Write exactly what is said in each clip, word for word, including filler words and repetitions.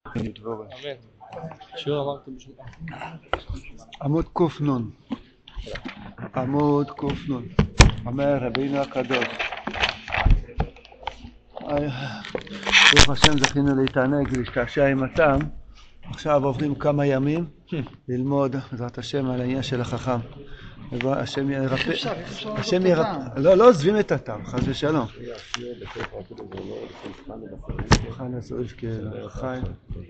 אמן. שיעור אמרתם בשביל... עמוד קופנון. עמוד קופנון. אומר רבינו הקדוש. ברוך השם זכינו להתענג ולהשתעשע עם הטעם. עכשיו עוברים כמה ימים ללמוד בעזרת השם על העניין של החכם. השם ירפא, השם ירפא, לא, לא עוזבים את הטעם, חס ושלום. חיים סויפקי, חיים,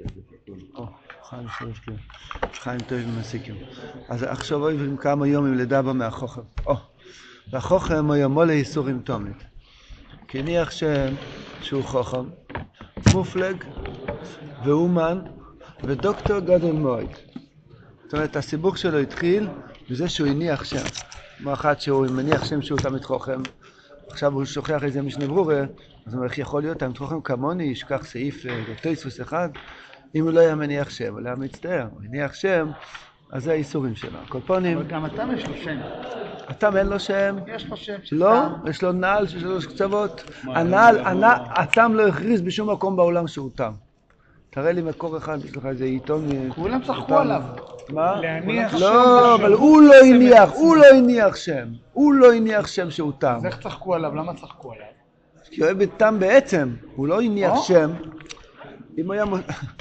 חיים סויפקי, חיים טוב ומסיקים. אז עכשיו עוברים כמה ימים לדבר מהחוכם. והחוכם הוא ימו לאיסורים תומית. כי ניח שם שהוא חוכם, מופלג ואומן ודוקטור גדול מאוד. זאת אומרת, הסיבוך שלו התחיל בזה שהוא הניח שם. כמו אחת שהוא מניח שם שהוא תמיד חוכם, עכשיו הוא שוכח איזה משנה ברורה, אז הוא אומר, איך יכול להיות תמיד חוכם כמוני, ישכח סעיף תוספות אחד, אם הוא לא היה מניח שם, הוא לא היה מצטער. הוא הניח שם, אז זה האיסורים שלו. קופונים... אבל גם אתם יש לו שם. אתם אין לו שם? יש לו שם. לא, יש לו נעל של שלוש קצוות. הנעל, אתם לא הכריז בשום מקום בעולם שהוא תם. תראה לי מקור אחד, יש לך איזה עיתון... כולם צחקו עליו. מה? להניח שם. לא, אבל הוא לא הניח, הוא לא הניח שם. הוא לא הניח שם שהוא תם. אז איך צחקו עליו? למה צחקו עליו? כי הוא אוהב את תם בעצם. הוא לא הניח שם. אם היה...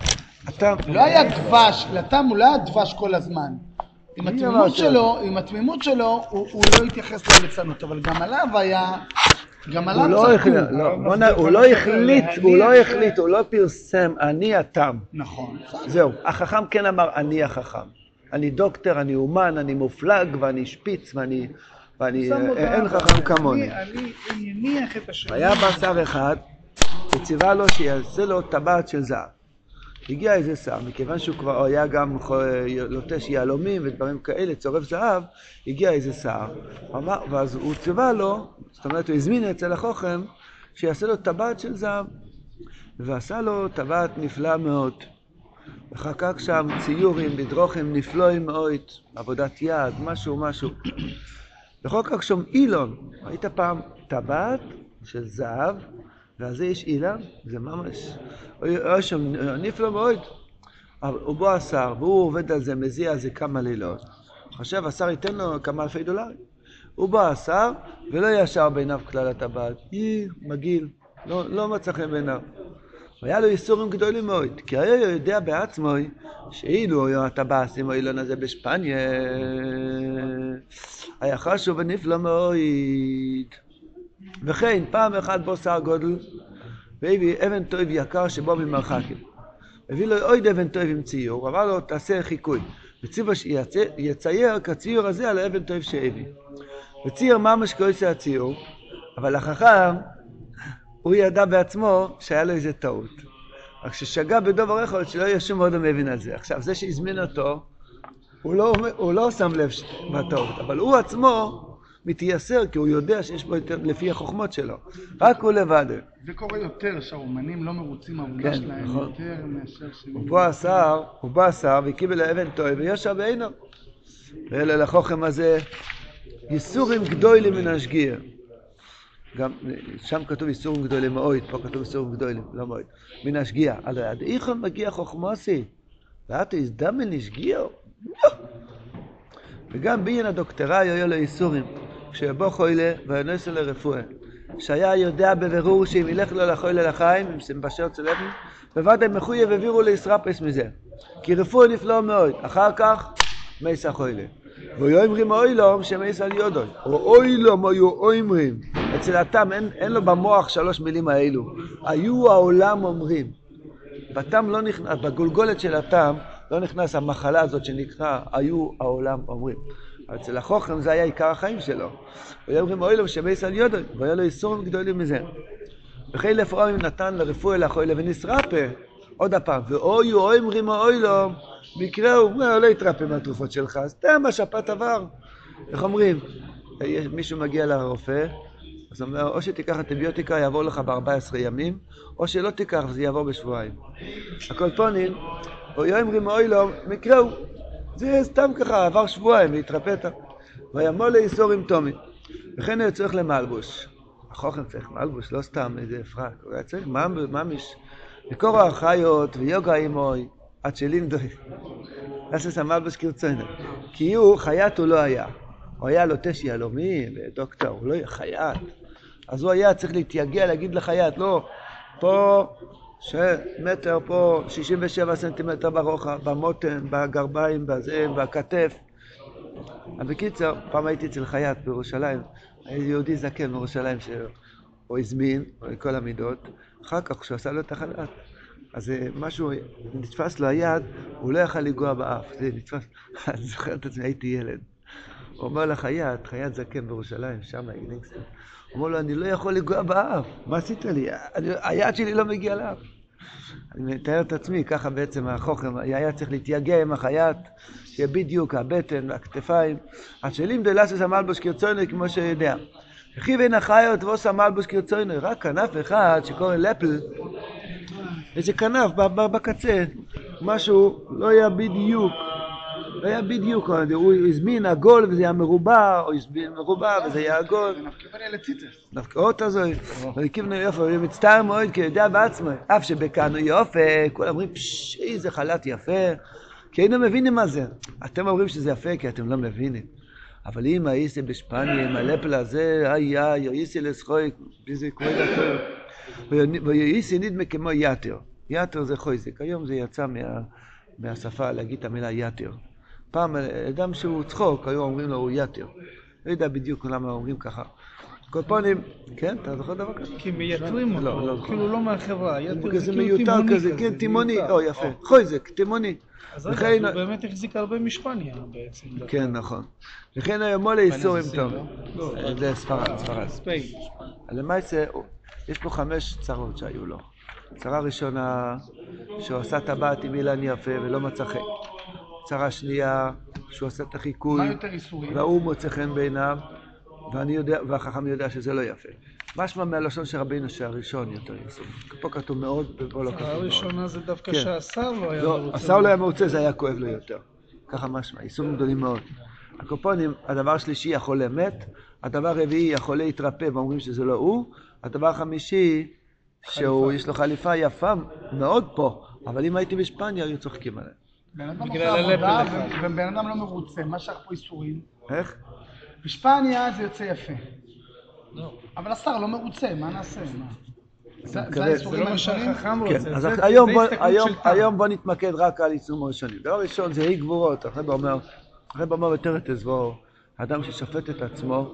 לא היה דבש, לתם הוא לא היה דבש כל הזמן. עם התמימות שלו, עם התמימות שלו, הוא לא התייחס לליצנות, אבל גם עליו היה... גם עליו צחקו. הוא לא החליט, הוא לא החליט, הוא לא פרסם, אני התם. נכון. זהו, החכם כן אמר, אני החכם. אני דוקטור, אני אומן, אני מופלג, ואני שפיץ, ואני... אין חכם כמוני. אני אניח את השם. היה בא שר אחד, וציווה לו שיעשה לו טבעת של זהב. הגיע איזה שר, מכיוון שהוא כבר היה גם לוטש יהלומים ודברים כאלה, צורף זהב, הגיע איזה שר, ואז הוא ציווה לו, זאת אומרת הוא הזמין אצל החוכם, שיעשה לו טבעת של זהב, ועשה לו טבעת נפלאה מאוד. וחקק שם ציורים, בדרוכים נפלאים מאוד, עבודת יד, משהו משהו. וחקק שם אילון, ראית פעם טבעת של זהב, ועל זה יש אילן, זה ממש, היה שם נפלא מאוד. הוא בא השר, והוא עובד על זה, מזיע על זה כמה לילות. חשב, השר ייתן לו כמה אלפי דולרים. הוא בא השר, ולא ישר בעיניו כלל הטבעת. היא, מגיל, לא, לא מצא חן בעיניו. היה לו איסורים גדולים מאוד, כי היה יודע בעצמו, שאילו היה הטבעת עם האילון הזה בשפניה, היה חשוב ונפלא מאוד. וכן, פעם אחת בו שר גודל, והביא אבן טוב יקר שבו ממרחקים. הביא לו עוד אבן טוב עם ציור, הוא אמר לו, תעשה חיקוי. וציווה שיצייר כציור הזה על האבן טוב שהביא. וצייר ממש כעושה הציור, אבל החכם, הוא ידע בעצמו שהיה לו איזה טעות. רק ששגע בדובר אחד שלא יהיה שום עוד מבין על זה. עכשיו, זה שהזמין אותו, הוא לא, הוא לא שם לב בטעות, אבל הוא עצמו, מתייסר, כי הוא יודע שיש בו יותר לפי החוכמות שלו. רק הוא לבד. זה קורה יותר, שהאומנים לא מרוצים מהעבודה שלהם יותר מאשר שהם... הוא בא השר, הוא בא השר וקיבל האבן טוב וישב בעינו. ואלה לחוכם הזה, ייסורים גדולים מן השגיאה. גם שם כתוב ייסורים גדולים מאוד, פה כתוב ייסורים גדולים, לא מאוד. מן השגיאה. הלוא עד איכון מגיע חוכמוסי, ואתה הזדמן לשגיאה. וגם בעניין הדוקטורט היו לו איסורים. כשבוא חוילה וינוסו לרפואה, שהיה יודע בבירור שאם ילך לו לחוילה לחיים, עם סמבשר צלבן, בוודאי מחויב העבירו להישרפס מזה. כי רפואה נפלא מאוד. אחר כך, מייס החוילה. והיו אומרים אוילום שמייס על יודוי. או אוילום היו אומרים. אצל התם אין, אין לו במוח שלוש מילים האלו. היו העולם אומרים. בתם לא נכנס, בגולגולת של התם, לא נכנס המחלה הזאת שנקרא, היו העולם אומרים. אצל החוכם זה היה עיקר החיים שלו. והיו אומרים, אוי לו שמייס על יודוי, והיה לו איסורים גדולים מזה. וכי לפעמים נתן לרפואה לחוילה ונשרפה, עוד הפעם, ואוי אוי אומרים אוי לו, מקרה הוא, לא יתרפא מהתרופות שלך, סתם השפעת עבר. איך אומרים? מישהו מגיע לרופא, אז הוא אומר, או שתיקח אנטיביוטיקה, יעבור לך ב-ארבעה עשר ימים, או שלא תיקח, וזה יעבור בשבועיים. הכל פונים, אוי אומרים אוי לו, מקרה הוא. זה סתם ככה, עבר שבועיים והתרפאת. וימול לאיסורים תומי. וכן הוא צריך למלבוש. החוכם צריך מלבוש, לא סתם איזה פרק. הוא היה צריך ממש וקורו החיות ויוגה אימוי עד שלינדוי. אסס המלבוש קרצונו. כי הוא חייט הוא לא היה. הוא היה לוטש יהלומי ודוקטור, הוא לא היה חייט. אז הוא היה צריך להתייגע להגיד לחייט, לא, פה מטר, פה שישים ושבע סנטימטר ברוחב, במותן, בגרביים, בזה, בכתף. אבל בקיצור, פעם הייתי אצל חייט בירושלים, היה יהודי זקן בירושלים שהוא הזמין, כל המידות, אחר כך כשהוא עשה לו את החלט, אז משהו נתפס לו היד, הוא לא יכל לגוע באף, זה נתפס, אני זוכר את עצמי, הייתי ילד. הוא אומר לחייט, חייט זקן בירושלים, שם אינגסטר, הוא אומר לו, אני לא יכול לגוע באף, מה עשית לי? אני, היד שלי לא מגיע לאף. אני מתאר את עצמי, ככה בעצם החוכם, היה צריך להתייגע עם החייט, שיהיה בדיוק הבטן והכתפיים, עד שלימדו לעשות המלבוש קרצונו כמו שיודע. וכי בין החיות ועושה מלבוש קרצונו, רק כנף אחד שקוראים לפל, איזה כנף בקצה, משהו לא היה בדיוק, לא היה בדיוק, הוא הזמין עגול וזה היה מרובע, או הזמין מרובע וזה היה עגול. נפקה בני לציטס. נפקאות הזו, וכיוונו יופי, הוא מצטער מאוד כי יודע בעצמו, אף שבקענו יופי, כולם אומרים, פשש, איזה חלט יפה, כי היינו מבינים מה זה. אתם אומרים שזה יפה כי אתם לא מבינים. אבל אם הייסי בשפניה, עם הלפל הזה, איי איי, הייסי לסחוי, בזה כבוד אחר. והייסי נדמה כמו יתר. יתר זה חויזק, היום זה יצא מה, מהשפה להגיד את המילה יתר. פעם אדם שהוא צחוק, היום אומרים לו הוא יתר. לא יודע בדיוק למה אומרים ככה. כל פעמים, כן, אתה זוכר דבר כזה? כי מייתרים אותו, כאילו לא מהחברה, יתר זה מיותר כזה, כן, תימוני, או יפה, חויזק, תימוני. אז רגע, הוא באמת החזיק הרבה משפניה בעצם. כן, נכון. לכן היום מולה איסורים טוב. זה ספרד, ספרד. ספיין. למעשה, יש פה חמש צרות שהיו לו. צרה ראשונה, שהוא עשה טבעת עם אילן יפה ולא מצא חן. צרה שנייה, שהוא עשה את החיקוי, מה יותר איסורים? והוא מוצא חן בעיניו, ואני יודע, והחכם יודע שזה לא יפה. משמע מהלשון של רבינו שהראשון יותר איסורים. פה כתוב מאוד, ופה לא כתוב מאוד. הראשונה זה דווקא שהשר לא היה לא, מרוצה. השר לא היה מרוצה, זה היה כואב לו יותר. ככה משמע, איסורים גדולים מאוד. הקופונים, הדבר שלישי, החולה מת, הדבר רביעי, החולה יתרפא, ואומרים שזה לא הוא, הדבר חמישי, שהוא יש לו חליפה יפה מאוד פה, אבל אם הייתי בשפניה, היו צוחקים עליהם. בן אדם בגלל עושה עבודה הלפל אחד. ובן אדם לא מרוצה, מה שייך פה איסורים? איך? בשפניה זה יוצא יפה. לא. אבל השר לא מרוצה, מה נעשה? מה? זה זה מקווה- זה האיסורים לא מה הראשונים? שהחכם כן, רוצה. אז זה- היום זה בוא- הסתכלות היום- של טעם. היום בוא נתמקד רק על איסורים הראשונים. דבר ראשון זה אי גבורות, הרב אומר, הרב אומר יותר תזבור, האדם ששופט את עצמו,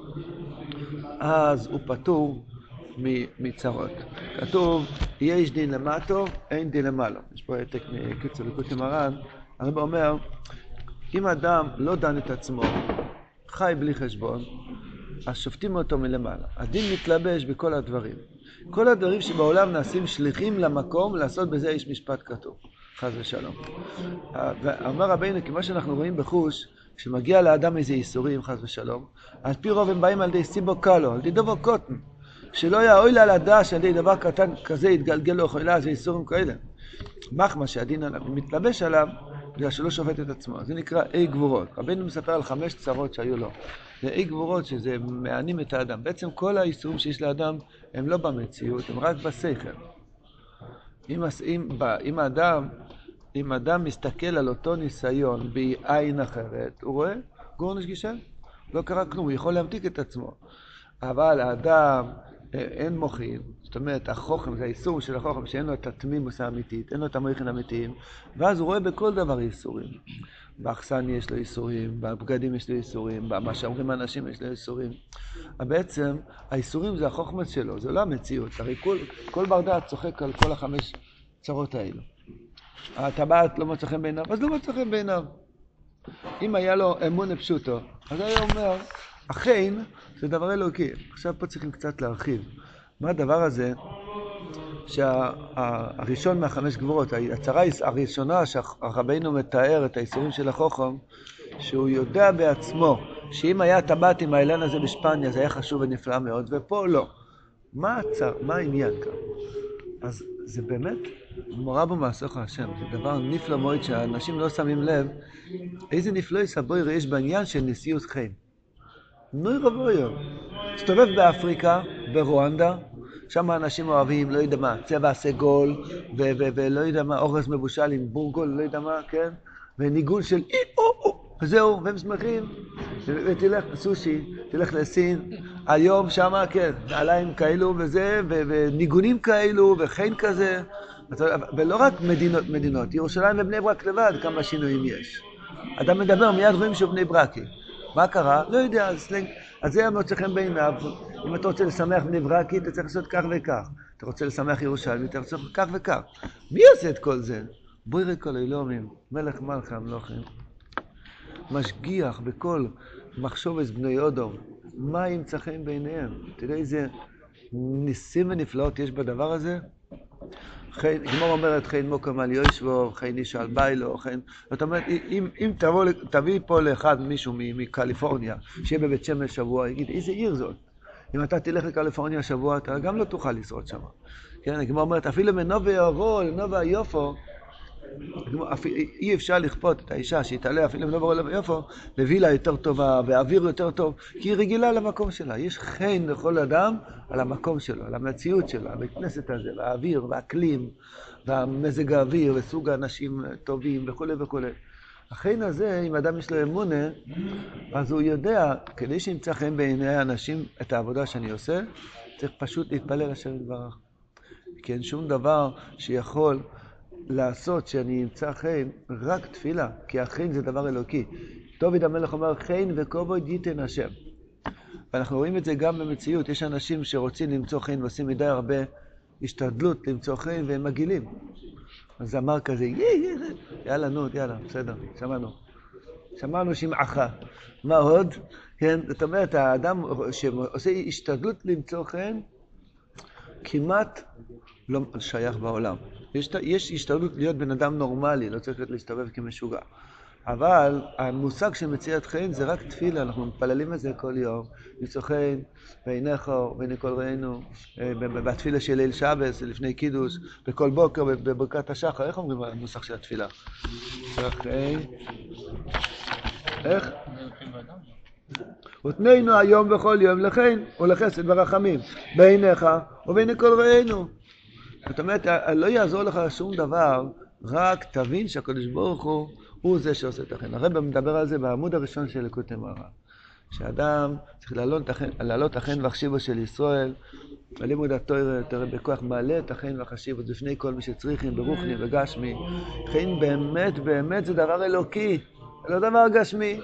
אז הוא פטור מ- מצרות. כתוב, יש דין למטו, אין דין למעלה. יש פה העתק מקיצור ליקוטי מרן, הרב אומר, אם אדם לא דן את עצמו, חי בלי חשבון, אז שופטים אותו מלמעלה. הדין מתלבש בכל הדברים. כל הדברים שבעולם נעשים שליחים למקום לעשות בזה איש משפט כתוב. חס ושלום. ואמר רבינו, כמו שאנחנו רואים בחוש, כשמגיע לאדם איזה איסורים, חס ושלום, על פי רוב הם באים על די סיבו קלו, על די דבר קוטן. שלא היה אוי לה לדע שעל די דבר קטן כזה יתגלגל לו חוילה, זה איסורים כאלה. מחמה שהדין עליו מתלבש עליו, בגלל שלא שופט את עצמו. זה נקרא אי גבורות. רבינו מספר על חמש צרות שהיו לו. זה אי גבורות שזה מענים את האדם. בעצם כל האיסורים שיש לאדם הם לא במציאות, הם רק בשכל. אם, אם, אם האדם, אם האדם מסתכל על אותו ניסיון בעין אחרת, הוא רואה גורנש גישל. לא קרה כלום, הוא יכול להמתיק את עצמו. אבל האדם אין מוחין, זאת אומרת, החוכם, זה האיסור של החוכם, שאין לו את התמימוס האמיתית, אין לו את המוחין האמיתיים, ואז הוא רואה בכל דבר איסורים. באכסני יש לו איסורים, בבגדים יש לו איסורים, במה שאומרים האנשים יש לו איסורים. בעצם, האיסורים זה החוכמה שלו, זה לא המציאות. הרי כל, כל בר דעת צוחק על כל החמש צרות האלו. הטבעת לא מצא חן בעיניו, אז לא מצא חן בעיניו. אם היה לו אמונה פשוטו, אז היה אומר, אכן, זה דבר אלוקי. עכשיו פה צריכים קצת להרחיב. מה הדבר הזה שהראשון מהחמש גבורות, הצרה הראשונה שהרבינו מתאר את האיסורים של החוכם, שהוא יודע בעצמו שאם היה טבעת עם האילן הזה בשפניה זה היה חשוב ונפלא מאוד, ופה לא. מה הצר, מה העניין כאן? אז זה באמת מורה בו מעשוך השם, זה דבר נפלא מאוד שהאנשים לא שמים לב איזה נפלא יסבויר יש בעניין של נשיאות חיים. נוי רבויר. הסתובב באפריקה, ברואנדה, שם אנשים אוהבים, לא יודע מה, צבע סגול, ו- ו- ולא יודע מה, אורז מבושל עם בורגול, לא יודע מה, כן? וניגון של אי או או, וזהו, והם שמחים. ו- ותלך סושי, תלך לסין, היום שמה, כן, נעליים כאלו וזה, ו- וניגונים כאלו, וחן כזה. ולא רק מדינות, מדינות, ירושלים ובני ברק לבד, כמה שינויים יש. אדם מדבר, מיד רואים שהוא בני ברקי. מה קרה? לא יודע, אז, אז זה מוצא חן בעיניו. אם אתה רוצה לשמח בני ברקי, אתה צריך לעשות כך וכך. אתה רוצה לשמח ירושלים, אתה צריך כך וכך. מי עושה את כל זה? בורא כל אלוהים, מלך מלך המלוכים. משגיח בכל מחשובס בני אודום. מה ימצא חן בעיניהם? תראה איזה ניסים ונפלאות יש בדבר הזה. גמור אומרת חן מוקם על יושבו, חן איש על ביילו, חן... זאת אומרת, אם, אם תבוא, תביא פה לאחד מישהו מקליפורניה, שיהיה בבית שמש שבוע, יגיד, איזה עיר זאת? אם אתה תלך לקליפורניה שבוע, אתה גם לא תוכל לשרוד שם. כן, הגמור אומרת, אפילו מנובה אורו, לנובה היופו, אי אפשר לכפות את האישה שהתעלה אפילו מנובה אורו ליופו, לווילה יותר טובה ואוויר יותר טוב, כי היא רגילה למקום שלה. יש חן לכל אדם על המקום שלו, על המציאות שלו, הבית כנסת הזה, והאוויר, והאקלים, והמזג האוויר, וסוג האנשים טובים וכו' וכו'. החן הזה, אם אדם יש לו אמונה, אז הוא יודע, כדי שימצא חן בעיני האנשים את העבודה שאני עושה, צריך פשוט להתפלל השם יתברך. כי אין שום דבר שיכול לעשות שאני אמצא חן, רק תפילה, כי החן זה דבר אלוקי. דוד המלך אומר, חן וכבוד ייתן השם. ואנחנו רואים את זה גם במציאות, יש אנשים שרוצים למצוא חן ועושים מדי הרבה השתדלות למצוא חן והם מגילים. אז אמר כזה, יא, יא, יאללה, נו, יאללה, בסדר, שמענו. שמענו שמעך. מה עוד? כן, זאת אומרת, האדם שעושה השתדלות למצוא חן, כמעט לא שייך בעולם. יש, יש השתדלות להיות בן אדם נורמלי, לא צריך להסתובב כמשוגע. אבל המושג של מציאת חן זה רק תפילה, אנחנו מתפללים את זה כל יום. למצוא חן, בעיניך ובעיני כל רעינו, בתפילה של ליל שבס, לפני קידוש, בכל בוקר, בברכת השחר. איך אומרים המושג של התפילה? חן. איך? ותננו היום וכל יום לכן, ולחסד ורחמים, בעיניך ובעיני כל רעינו. זאת אומרת, לא יעזור לך שום דבר, רק תבין שהקדוש ברוך הוא, הוא זה שעושה את החן. הרב מדבר על זה בעמוד הראשון של ליקוטי מוהר"ן. שאדם צריך לעלות החן והחשיבו של ישראל, בלימוד התורה, תראה בכוח מעלה את החן והחשיבו, לפני כל מי שצריכים, ברוחני וגשמי. חן באמת, באמת זה דבר אלוקי, לא דבר גשמי.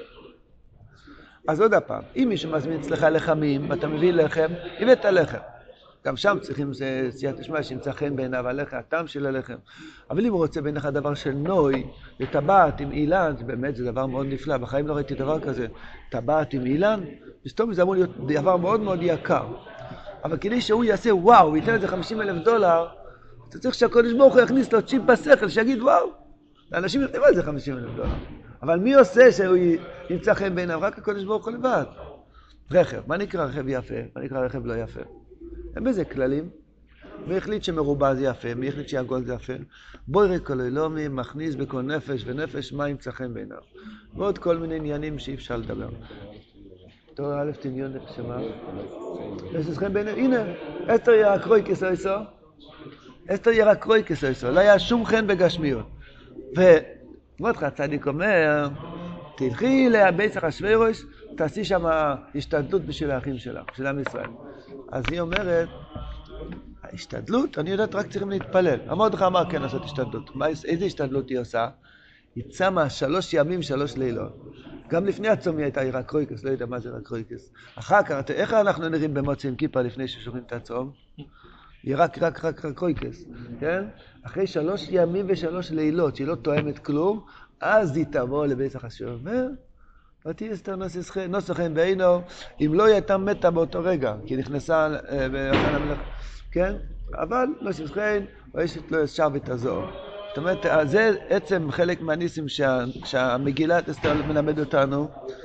אז עוד הפעם, אם מישהו מזמין אצלך לחמים, ואתה מביא לחם, הבאת לחם. גם שם צריכים סייעת לשמוע שימצא חן בעיניו הלחם, הטעם של הלחם. אבל אם הוא רוצה בעיניך דבר של נוי, וטבעת עם אילן, זה באמת זה דבר מאוד נפלא, בחיים לא ראיתי דבר כזה, טבעת עם אילן, בסתום זה אמור להיות דבר מאוד מאוד יקר. אבל כדי שהוא יעשה וואו, הוא ייתן את זה חמישים אלף דולר, אתה צריך שהקדוש ברוך הוא יכניס לו צ'יפ בשכל, שיגיד וואו. לאנשים יודעים מה זה חמישים אלף דולר. אבל מי עושה שהוא ימצא חן בעיניו? רק הקדוש ברוך הוא לבד. רכב, מה נקרא רכב יפה? מה נקרא רכב לא יפה? אין בזה כללים. מי החליט שמרובע זה יפה? מי החליט שעגול זה יפה? בורא כל אלוהים מכניס בכל נפש ונפש מה ימצא חן בעיניו. ועוד כל מיני עניינים שאי אפשר לדבר. תור א' תניון שמה? יש חן בעיניו. הנה, אסתר ירק רוי כסויסו. אסתר ירק רוי כסויסו. לא היה שום חן בגשמיות. וכמות לך הצדיק אומר, תלכי לבית אחשוורוש, תעשי שם השתדלות בשביל האחים שלה, בשביל עם ישראל. אז היא אומרת, ההשתדלות, אני יודעת, רק צריכים להתפלל. אמרת לך, אמר, כן, לעשות השתדלות. מה, איזה השתדלות היא עושה? היא צמה שלוש ימים, שלוש לילות. גם לפני הצום היא הייתה רק רויקס, לא יודע מה זה רק רויקס. אחר כך, איך אנחנו נראים במוצא עם כיפה לפני ששומעים את הצום? היא רק, רק, רק, רק רויקס, כן? אחרי שלוש ימים ושלוש לילות, שהיא לא תואמת כלום, אז היא תבוא לבית אחשוורוש. ותהי אסתר נוסח חן בעינו, אם לא היא הייתה מתה באותו רגע, כי היא נכנסה באחד המלך, כן? אבל נוסח חן, ואשת לא ישר ותעזור. זאת אומרת, זה עצם חלק מהניסים שה, שהמגילת אסתר מלמד אותנו.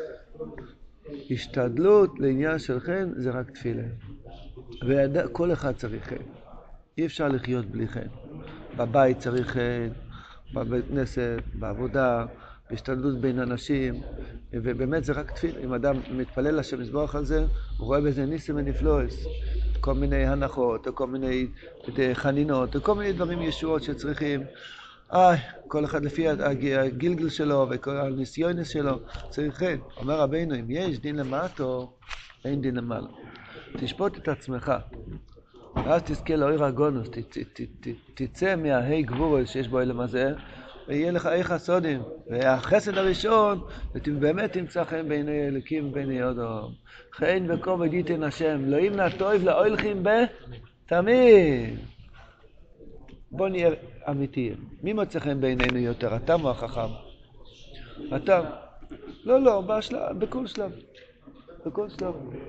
השתדלות לעניין של חן זה רק תפילה. וכל אחד צריך חן. אי אפשר לחיות בלי חן. בבית צריך חן, בבית כנסת, בעבודה, בהשתלטות בין אנשים, ובאמת זה רק תפילה. אם אדם מתפלל לשם יזבח על זה, הוא רואה בזה ניסים ונפלאות, כל מיני הנחות, או כל מיני חנינות, או כל מיני דברים ישועות שצריכים. איי, כל אחד לפי הגלגל שלו וכל הניסיונס שלו צריכים. אומר רבינו, אם יש דין למטו, אין דין למעלה. תשפוט את עצמך, ואז תזכה לאור הגונוס, תצא מההי גבורו שיש בו אלם הזה, ויהיה לך אי חסודים. והחסד הראשון, באמת תמצא חן בעיני אלוקים ובעיני אדם. חן וכובד ייתן השם, לא ימנע טוב לאוילכים בתמיד. בוא נהיה אמיתיים. מי מוצא חן בעינינו יותר, אתה או החכם? אתה. לא, לא, בשלב, בכל שלב. בכל שלב.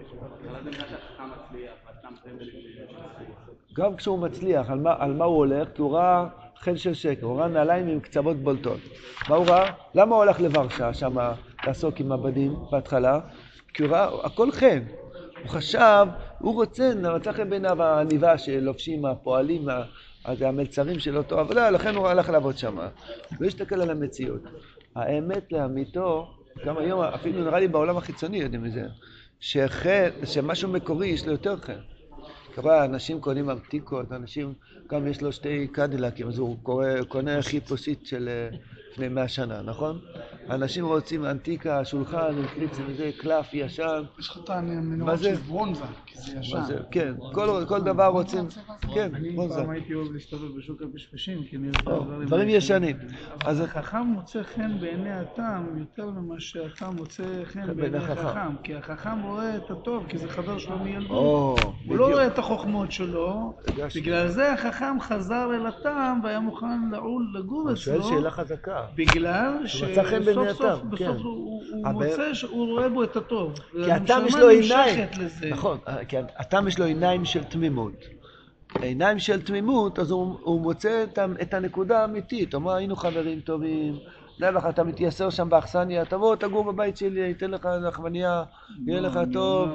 גם כשהוא מצליח, על מה, על מה הוא הולך? כי הוא ראה חן של שקר, הוא ראה נעליים עם קצוות בולטות. מה הוא ראה? למה הוא הולך לוורשה שם לעסוק עם הבדים בהתחלה? כי הוא ראה, הכל חן. הוא חשב, הוא רוצה, נמצא חן בעיניו העניבה שלובשים, הפועלים, המלצרים של אותו עבודה, לכן הוא הלך לעבוד שם. הוא הסתכל על המציאות. האמת לאמיתו, גם היום, אפילו נראה לי בעולם החיצוני יודעים מזה, שחן, שמשהו מקורי יש לו יותר חן. קורא, אנשים קונים אמתיקות, אנשים, גם יש לו שתי קדילקים, אז הוא קורא, קונה חיפושית של לפני מאה שנה, נכון? אנשים רוצים אנטיקה, שולחן, עם קריצים, וזה קלף ישן. יש לך את המנורות של ברונזה, כי זה ישן. כן, כל, כל דבר רוצים, כן, ברונזה. אני פעם הייתי אוהב להסתובב בשוק הפשפשים, כי אני דברים ישנים. אז החכם מוצא חן בעיני הטעם יותר ממה שהטעם מוצא חן בעיני החכם. כי החכם רואה את הטוב, כי זה חבר שלו מילדות. הוא לא רואה את החוכמות שלו, בגלל זה החכם חזר אל הטעם והיה מוכן לעול לגור אצלו. הוא שואל שאלה חזקה. בגלל שסוף סוף בסוף הוא מוצא שהוא רואה בו את הטוב. כי הטעם יש לו עיניים. נכון, כי הטעם יש לו עיניים של תמימות. עיניים של תמימות, אז הוא מוצא את הנקודה האמיתית. הוא אומר, היינו חברים טובים, לך, אתה מתייסר שם באכסניה, תבוא, תגור בבית שלי, ייתן לך לחמניה, יהיה לך טוב.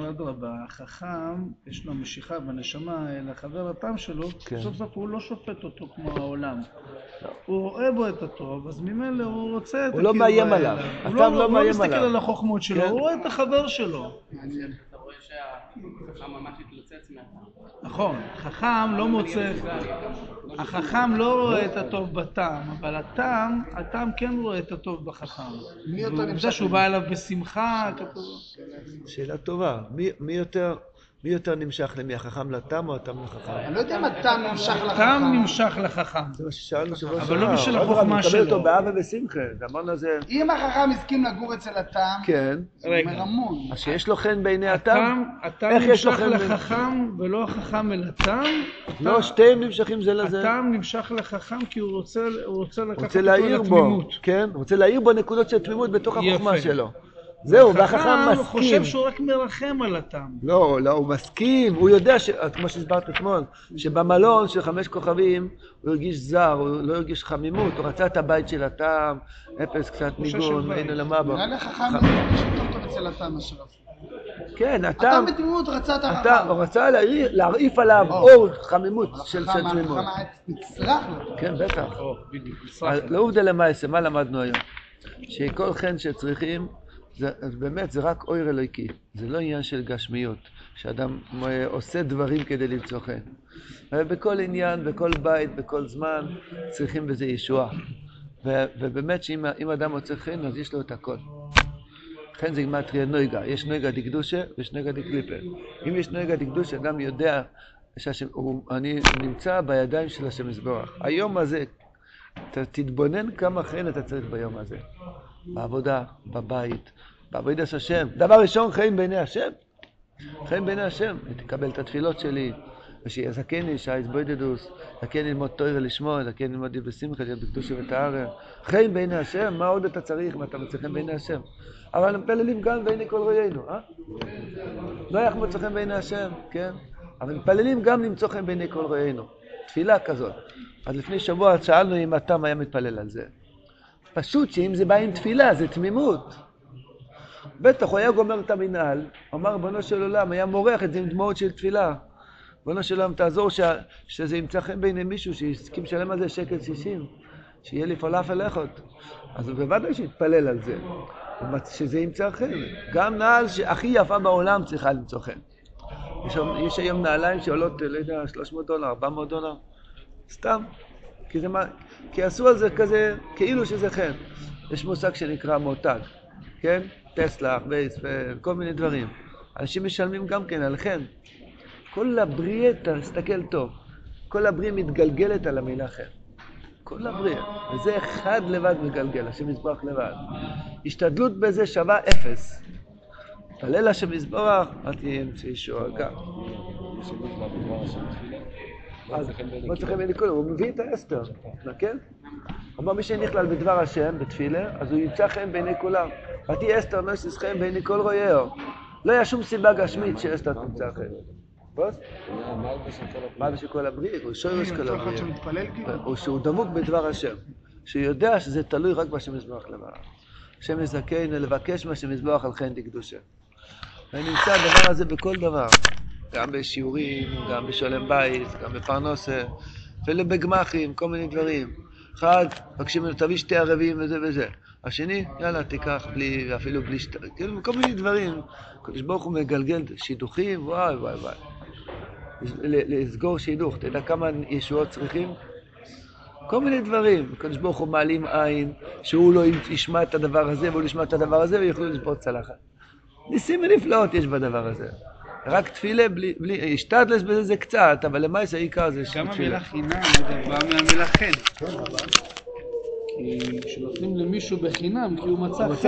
החכם, יש לו משיכה בנשמה לחבר הטעם שלו, סוף סוף הוא לא שופט אותו כמו העולם. הוא רואה בו את הטוב, אז ממילא הוא רוצה את הוא לא מאיים עליו. הוא לא מסתכל על החוכמות שלו, הוא רואה את החבר שלו. אתה רואה שהחכם ממש התלוצץ מהטעם. נכון, חכם לא מוצא, החכם לא רואה את הטוב בטעם, אבל הטעם, הטעם כן רואה את הטוב בחכם. מי יותר נמשך? שהוא בא אליו בשמחה. שאלה טובה, מי יותר... מי יותר נמשך למי, החכם לטעם או הטעם לחכם? אני לא יודע אם הטעם נמשך לחכם. הטעם נמשך לחכם. זה מה ששאלנו שבוע אבל לא בשביל החוכמה שלו. מקבל אותו באהבה ושמחה, אמרנו זה... אם החכם הסכים לגור אצל הטעם, כן. זה אומר המון. אז שיש לו חן בעיני הטעם? הטעם נמשך לחכם ולא החכם אל הטעם. לא, שתיהם נמשכים זה לזה. הטעם נמשך לחכם כי הוא רוצה לקחת אותו לתמימות. כן, הוא רוצה להעיר בו נקודות של תמימות בתוך החוכמה שלו. זהו, והחכם מסכים. הוא חושב שהוא רק מרחם על הטעם. לא, לא, הוא מסכים. הוא יודע, כמו שהסברת אתמול, שבמלון של חמש כוכבים הוא הרגיש זר, הוא לא הרגיש חמימות, הוא רצה את הבית של הטעם, אפס קצת ניגון, אין לו מה בו. נראה לך חכם מרגיש יותר טוב אצל הטעם אשר אפילו. כן, הטעם... הטעם בתמימות רצה את החכם. הוא רצה להרעיף עליו אור חמימות של תמימות. החכם היה נצלח לו. כן, בטח. לא עובדה למעשה, מה למדנו היום? שכל חן שצריכים זה, באמת זה רק אור אלוקי, זה לא עניין של גשמיות, שאדם עושה דברים כדי למצוא חן. אבל בכל עניין, בכל בית, בכל זמן, צריכים בזה ישועה. ו, ובאמת שאם אדם מוצא חן, אז יש לו את הכל. חן זה גמטריה נויגה, יש נויגה דקדושה ויש נויגה דקליפה. אם יש נויגה דקדושה, אדם יודע שאני נמצא בידיים של השם יזברך. היום הזה, תתבונן כמה חן אתה צריך ביום הזה. בעבודה, בבית, בעבודת השם. דבר ראשון, חיים בעיני השם. חיים בעיני השם. תקבל את התפילות שלי, ושיזכני, שהיזבוידדוס, זכני ללמוד תורה לשמוע, זכני ללמוד בשמחה, להיות בקדושה וטהרה. חיים בעיני השם, מה עוד אתה צריך, מה אתה מוצא חן בעיני השם? אבל מתפללים גם בעיני כל רואינו, אה? לא איך מוצא חן בעיני השם, כן? אבל מתפללים גם למצוא חן בעיני כל רואינו. תפילה כזאת. אז לפני שבוע שאלנו אם התם היה מתפלל על זה. פשוט שאם זה בא עם תפילה, זה תמימות. בטח, הוא היה גומר את המנהל, אמר, בנו של עולם, היה מורח את זה עם דמעות של תפילה. בנו של עולם, תעזור ש... שזה ימצא חן בעיני מישהו שהסכים שלם על זה שקל שישים. שיהיה לי פלאפל אחות. אז הוא בוודאי שיתפלל על זה, שזה ימצא חן. גם נעל שהכי יפה בעולם צריכה למצוא חן. יש, יש היום נעליים שעולות, לא יודע, שלוש מאות דולר, ארבע מאות דולר, סתם. כי, זה, כי עשו על זה כזה, כאילו שזה חן. יש מושג שנקרא מותג, כן? טסלה, בייס וכל מיני דברים. אנשים משלמים גם כן על חן. כל הבריאה, תסתכל טוב, כל הבריאה מתגלגלת על המילה חן. כל הבריאה. וזה אחד לבד מגלגל, השם יזבח לבד. השתדלות בזה שווה אפס. תלל השם יזבח, אל תהיה אמצע ישוע גם. אז מה צריכים אין לכולם? הוא מביא את האסתר, כן? אמר מי שנכלל בדבר השם, בתפילה, אז הוא ימצא חן בעיני כולם. ותהי אסתר נויסיס חן בעיני כל רואיהו. לא היה שום סיבה גשמית שאסתר תמצא חן. בוס? מה בשביל כל הבריאה? הוא שורש כל הבריאה. או שהוא דמוק בדבר השם. שהוא יודע שזה תלוי רק בשם יזבח למעלה. השם יזכנו לבקש מה שמזבח על חן דקדושה. ונמצא הדבר הזה בכל דבר. גם בשיעורים, גם בשולם בית, גם בפרנסה, אפילו בגמחים, כל מיני דברים. אחד, מבקשים ממנו, תביא שתי ערבים וזה וזה. השני, יאללה, תיקח בלי, אפילו בלי שתי, כאילו, כל מיני דברים. הקדוש ברוך הוא מגלגל שידוכים, וואי וואי וואי. לסגור שידוך, אתה יודע כמה ישועות צריכים? כל מיני דברים. הקדוש ברוך הוא מעלים עין, שהוא לא ישמע את הדבר הזה, והוא ישמע את הדבר הזה, ויוכלו לשבור צלחת. ניסים ונפלאות יש בדבר הזה. רק תפילה, בלי, בלי, השתדלס בזה זה קצת, אבל למעשה העיקר זה תפילה. גם המילה חינם, זה בא מהמילה חן. כי כשנותנים למישהו בחינם, כי הוא מצא